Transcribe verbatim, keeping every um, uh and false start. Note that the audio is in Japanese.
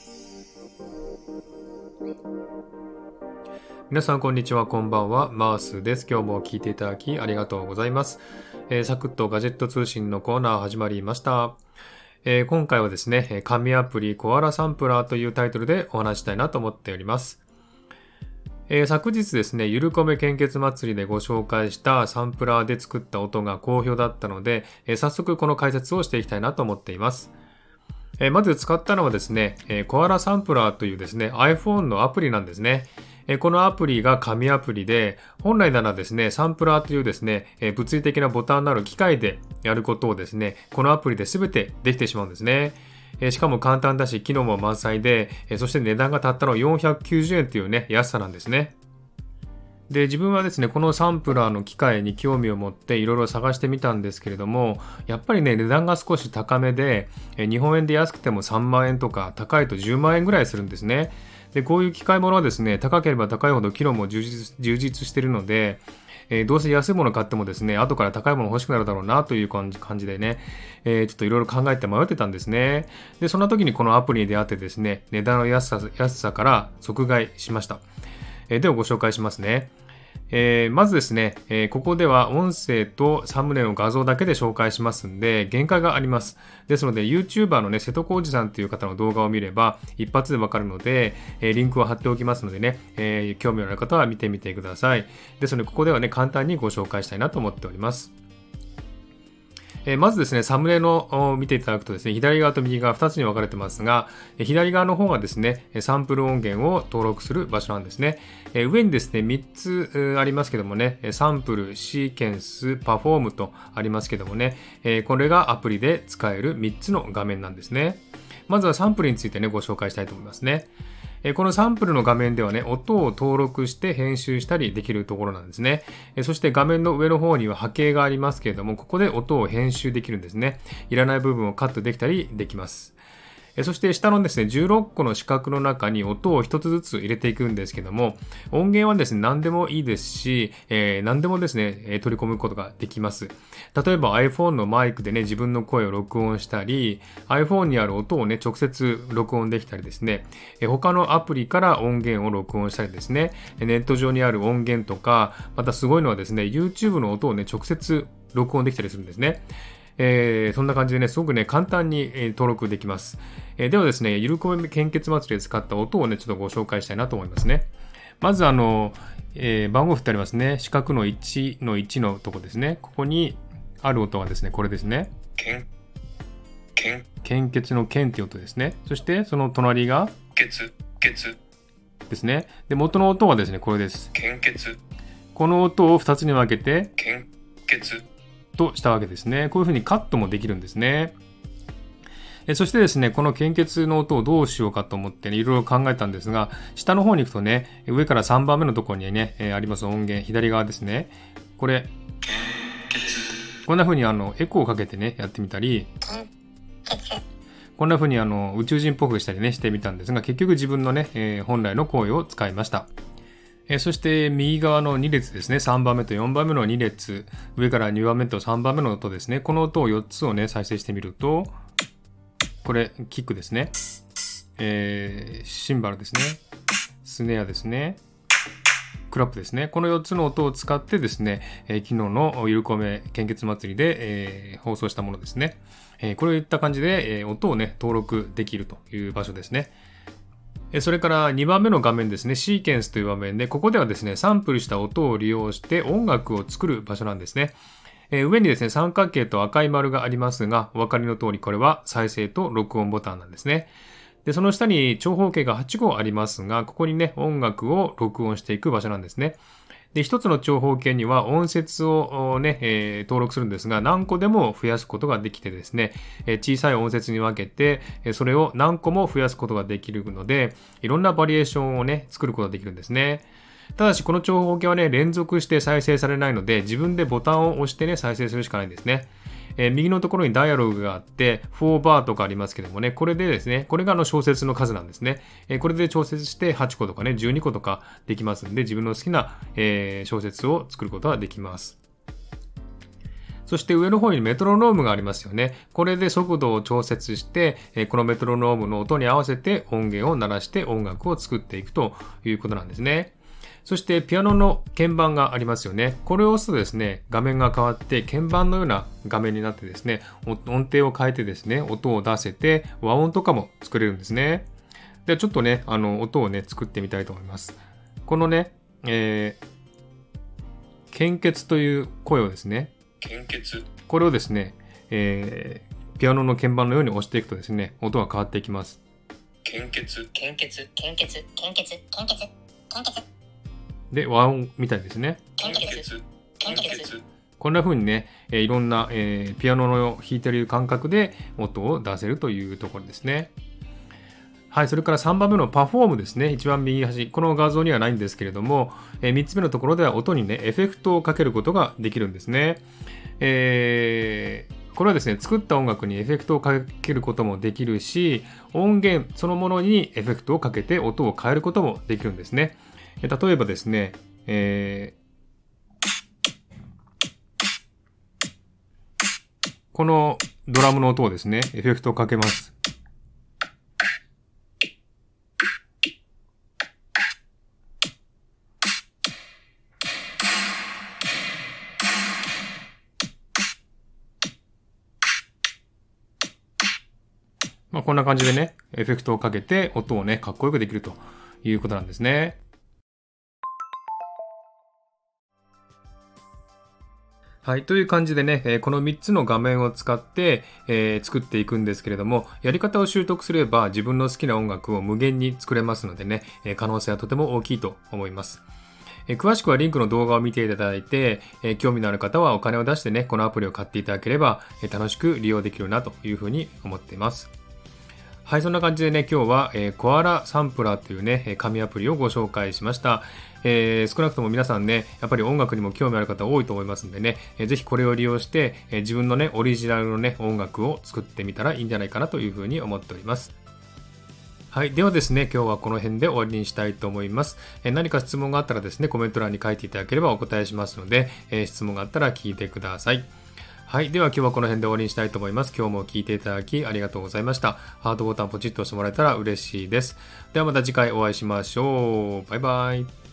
皆さんこんにちは、こんばんは、マースです。今日も聞いていただきありがとうございます。えー、サクッとガジェット通信のコーナー始まりました。えー、今回はですね、紙アプリコアラサンプラーというタイトルでお話したいなと思っております。えー、昨日ですね、ゆるこめ献血祭りでご紹介したサンプラーで作った音が好評だったので、えー、早速この解説をしていきたいなと思っています。えー、まず使ったのはですね、えー、コアラサンプラーというですね、iPhone のアプリなんですね。このアプリが紙アプリで、本来ならですね、サンプラーというですね、物理的なボタンのある機械でやることをですね、このアプリで全てできてしまうんですね。しかも簡単だし、機能も満載で、そして値段がたったのよんひゃくきゅうじゅうえんというね、安さなんですね。で、自分はですね、このサンプラーの機械に興味を持っていろいろ探してみたんですけれども、やっぱりね、値段が少し高めで、日本円で安くてもさんまんえんとか、高いとじゅうまんえんぐらいするんですね。で、こういう機械物はですね、高ければ高いほど機能も充実、充実しているので、えー、どうせ安いもの買ってもですね、後から高いもの欲しくなるだろうなという感じ、感じでね、えー、ちょっといろいろ考えて迷ってたんですね。で、そんな時にこのアプリに出会ってですね、値段の安さ、安さから即買いしました。えー、ではご紹介しますね。えー、まずですね、えー、ここでは音声とサムネの画像だけで紹介しますんで、限界があります。ですので、YouTuber のね、瀬戸康史さんという方の動画を見れば、一発でわかるので、えー、リンクを貼っておきますのでね、えー、興味のある方は見てみてください。ですので、ここではね、簡単にご紹介したいなと思っております。えー、まずですね、サムネの見ていただくとですね、左側と右側ふたつに分かれてますが、左側の方がですね、サンプル音源を登録する場所なんですね。えー、上にですね、みっつありますけどもね、サンプル、シーケンス、パフォームとありますけどもね、えー、これがアプリで使えるみっつの画面なんですね。まずはサンプルについてね、ご紹介したいと思いますね。このサンプルの画面ではね、音を登録して編集したりできるところなんですね。そして画面の上の方には波形がありますけれども、ここで音を編集できるんですね。いらない部分をカットできたりできます。そして下のですね、じゅうろっこの四角の中に音を一つずつ入れていくんですけども、音源はですね、何でもいいですし、えー、何でもですね、取り込むことができます。例えば iPhone のマイクでね、自分の声を録音したり、iPhone にある音をね、直接録音できたりですね、他のアプリから音源を録音したりですね、ネット上にある音源とか、またすごいのはですね、YouTube の音をね、直接録音できたりするんですね。えー、そんな感じでね、すごくね、簡単に、えー、登録できます。えー、ではですね、ゆるこめ献血祭りで使った音をね、ちょっとご紹介したいなと思いますね。まずあの、えー、番号振ってありますね。四角のいちのいちのとこですね。ここにある音はですね、これですね。献、献。献血の献っていう音ですね。そしてその隣が、血、血。ですね。で、元の音はですね、これです。献血。この音をふたつに分けて、献血。としたわけですね。こういうふうにカットもできるんですね。えそしてですね、この献血の音をどうしようかと思って、ね、いろいろ考えたんですが、下の方に行くとね、上からさんばんめのところにね、えー、あります音源、左側ですね。これ、こんなふうにあのエコーをかけてね、やってみたり、こんなふうにあの宇宙人っぽくしたりね、してみたんですが、結局自分のね、えー、本来の声を使いました。えそして右側のに列ですね。さんばんめとよんばんめのに列。上からにばんめとさんばんめの音ですね。この音をよっつをね、再生してみると、これ、キックですね。えー、シンバルですね。スネアですね。クラップですね。このよっつの音を使ってですね、えー、昨日のゆるこめ献血祭りで、えー、放送したものですね。えー、これいった感じで、えー、音をね、登録できるという場所ですね。それからにばんめの画面ですね、シーケンスという場面で、ここではですね、サンプルした音を利用して音楽を作る場所なんですね。えー、上にですね、三角形と赤い丸がありますが、お分かりの通りこれは再生と録音ボタンなんですね。で、その下に長方形がはちごありますが、ここにね、音楽を録音していく場所なんですね。で、一つの長方形には音節をね、えー、登録するんですが、何個でも増やすことができてですね、えー、小さい音節に分けて、えー、それを何個も増やすことができるので、いろんなバリエーションをね、作ることができるんですね。ただし、この長方形はね、連続して再生されないので、自分でボタンを押してね、再生するしかないんですね。えー、右のところにダイアログがあって、フォーバーとかありますけどもね、これでですね、これがあの小節の数なんですね。えー、これで調節してはちことかね、じゅうにことかできますんで、自分の好きな、えー、小節を作ることができます。 そして上の方にメトロノームがありますよね。これで速度を調節して、このメトロノームの音に合わせて音源を鳴らして音楽を作っていくということなんですね。そしてピアノの鍵盤がありますよね。これを押すとですね、画面が変わって鍵盤のような画面になってですね、音程を変えてですね、音を出せて和音とかも作れるんですね。ではちょっとね、あの音をね、作ってみたいと思います。このね、えー、献血という声をですね、 献血。 これをですね、えー、ピアノの鍵盤のように押していくとですね、音が変わっていきます。 献血、献血、献血、献血、献血、献血。 で、和音みたいですね。 献血、献血。 こんな風にね、えー、いろんな、えー、ピアノの弾いてる感覚で音を出せるというところですね。はい、それからさんばんめのパフォームですね。一番右端。この画像にはないんですけれども、えー、みっつめのところでは音にね、エフェクトをかけることができるんですね。えー、これはですね、作った音楽にエフェクトをかけることもできるし、音源そのものにエフェクトをかけて音を変えることもできるんですね。えー、例えばですね、えー、このドラムの音をですね、エフェクトをかけます。まあ、こんな感じでね、エフェクトをかけて音をね、かっこよくできるということなんですね。はい。という感じでね、このみっつの画面を使って、えー、作っていくんですけれども、やり方を習得すれば自分の好きな音楽を無限に作れますのでね、可能性はとても大きいと思います。詳しくはリンクの動画を見ていただいて、興味のある方はお金を出してね、このアプリを買っていただければ楽しく利用できるなというふうに思っています。はい、そんな感じでね、今日は、えー、コアラサンプラーというね、紙アプリをご紹介しました。えー、少なくとも皆さんね、やっぱり音楽にも興味ある方多いと思いますんでね、えー、ぜひこれを利用して、えー、自分のね、オリジナルのね、音楽を作ってみたらいいんじゃないかなというふうに思っております。はい。ではですね、今日はこの辺で終わりにしたいと思います。えー、何か質問があったらですね、コメント欄に書いていただければお答えしますので、えー、質問があったら聞いてください。はい。では今日はこの辺で終わりにしたいと思います。今日も聞いていただきありがとうございました。ハートボタンポチッと押してもらえたら嬉しいです。ではまた次回お会いしましょう。バイバイ。